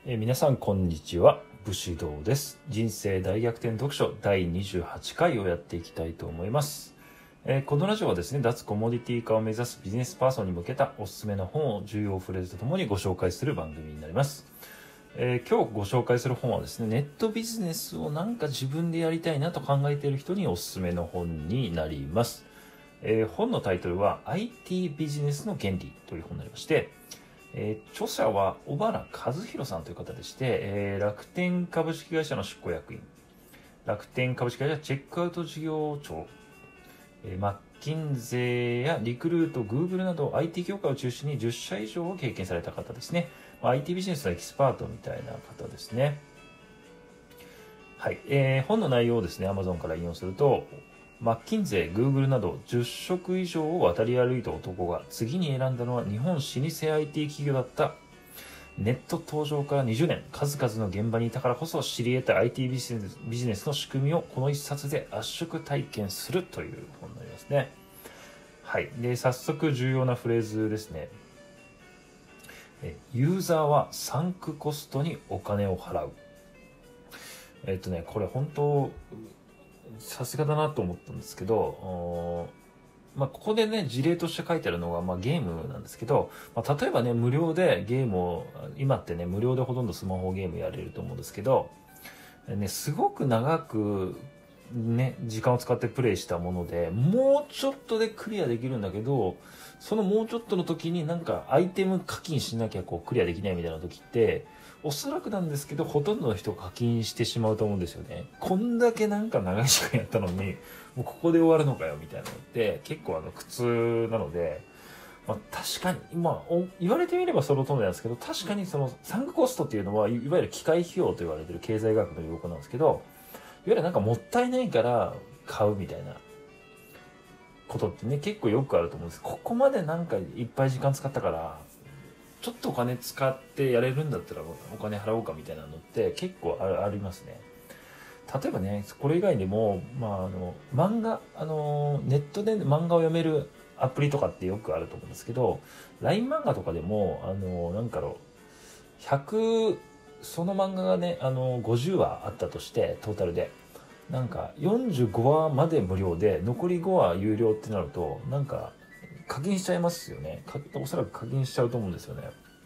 皆さんこんにちは、武士道です。人生大逆転読書第28回をやっていきたいと思います。このラジオはですね、脱コモディティ化を目指すビジネスパーソンに向けたおすすめの本を重要フレーズとともにご紹介する番組になります。今日ご紹介する本はですね、ネットビジネスをなんか自分でやりたいなと考えている人におすすめの本になります。本のタイトルは IT ビジネスの原理という本になりまして、著者は小原和弘さんという方でして、楽天株式会社の執行役員、楽天株式会社チェックアウト事業長、マッキンゼーやリクルート、グーグルなど IT 業界を中心に10社以上を経験された方ですね。IT ビジネスのエキスパートみたいな方ですね。はい。本の内容をですね、Amazon から引用すると、マッキンゼー、グーグルなど10職以上を渡り歩いた男が次に選んだのは日本老舗 IT 企業だった。ネット登場から20年、数々の現場にいたからこそ知り得た IT ビジネスの仕組みをこの一冊で圧縮体験するという本になりますね。はい。で、早速重要なフレーズですね。ユーザーはサンクコストにお金を払う。これ本当、さすがだなと思ったんですけど、ここでね、事例として書いてあるのが、ゲームなんですけど、例えばね、無料でゲームを、今ってね、無料でほとんどスマホゲームやれると思うんですけど、ね、すごく長く、ね、時間を使ってプレイしたもので、もうちょっとでクリアできるんだけど、そのもうちょっとの時になんかアイテム課金しなきゃクリアできないみたいな時って、おそらくなんですけど、ほとんどの人が課金してしまうと思うんですよね。こんだけなんか長い時間やったのに、もうここで終わるのかよみたいなのって結構苦痛なので、確かに、言われてみればその通りなんですけど、確かにそのサンクコストっていうのは、いわゆる機械費用と言われている経済学の用語なんですけど、いわゆるなんかもったいないから買うみたいなことってね、結構よくあると思うんです。ここまでなんかいっぱい時間使ったから、ちょっとお金使ってやれるんだったらお金払おうかみたいなのって結構ありますね。例えばね、これ以外にも、漫画、ネットで漫画を読めるアプリとかってよくあると思うんですけど、LINE 漫画とかでも、その漫画がね、50話あったとして、トータルで。なんか、45話まで無料で、残り5話有料ってなると、なんか、課金しちゃいますよね。おそらく課金しちゃうと思うんですよね。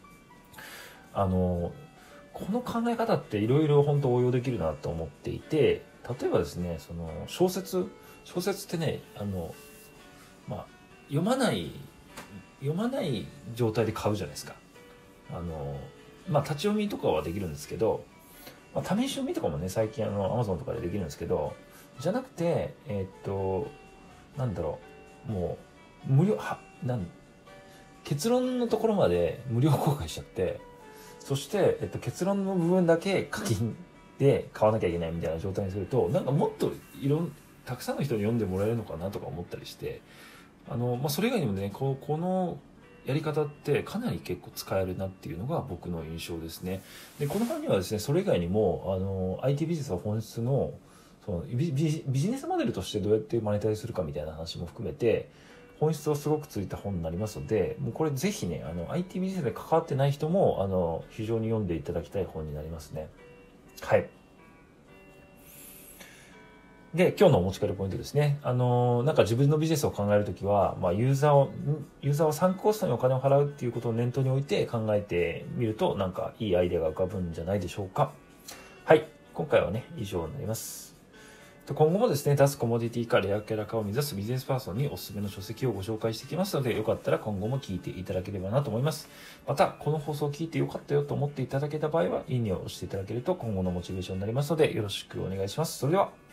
この考え方っていろいろ本当応用できるなと思っていて、例えばですね、その小説ってね、読まない状態で買うじゃないですか。立ち読みとかはできるんですけど、試し読みとかもね、最近Amazon とかでできるんですけど、じゃなくて、もう、結論のところまで無料公開しちゃって、そして、結論の部分だけ課金で買わなきゃいけないみたいな状態にすると、なんかもっとたくさんの人に読んでもらえるのかなとか思ったりして、それ以外にもね、このやり方ってかなり結構使えるなっていうのが僕の印象ですね。で、この本にはですね、それ以外にも、IT ビジネスの本質の、そのビジネスモデルとしてどうやってマネタイズするかみたいな話も含めて、本質をすごくついた本になりますので、もうこれぜひね、IT ビジネスで関わってない人も、非常に読んでいただきたい本になりますね。はい。で、今日のお持ち帰りポイントですね。なんか自分のビジネスを考えるときは、ユーザーはサンクコストにお金を払うっていうことを念頭に置いて考えてみると、なんかいいアイデアが浮かぶんじゃないでしょうか。はい。今回はね、以上になります。今後もですね、脱コモディティ化、レアキャラ化を目指すビジネスパーソンにおすすめの書籍をご紹介していきますので、よかったら今後も聞いていただければなと思います。また、この放送を聞いてよかったよと思っていただけた場合は、いいねを押していただけると今後のモチベーションになりますので、よろしくお願いします。それでは。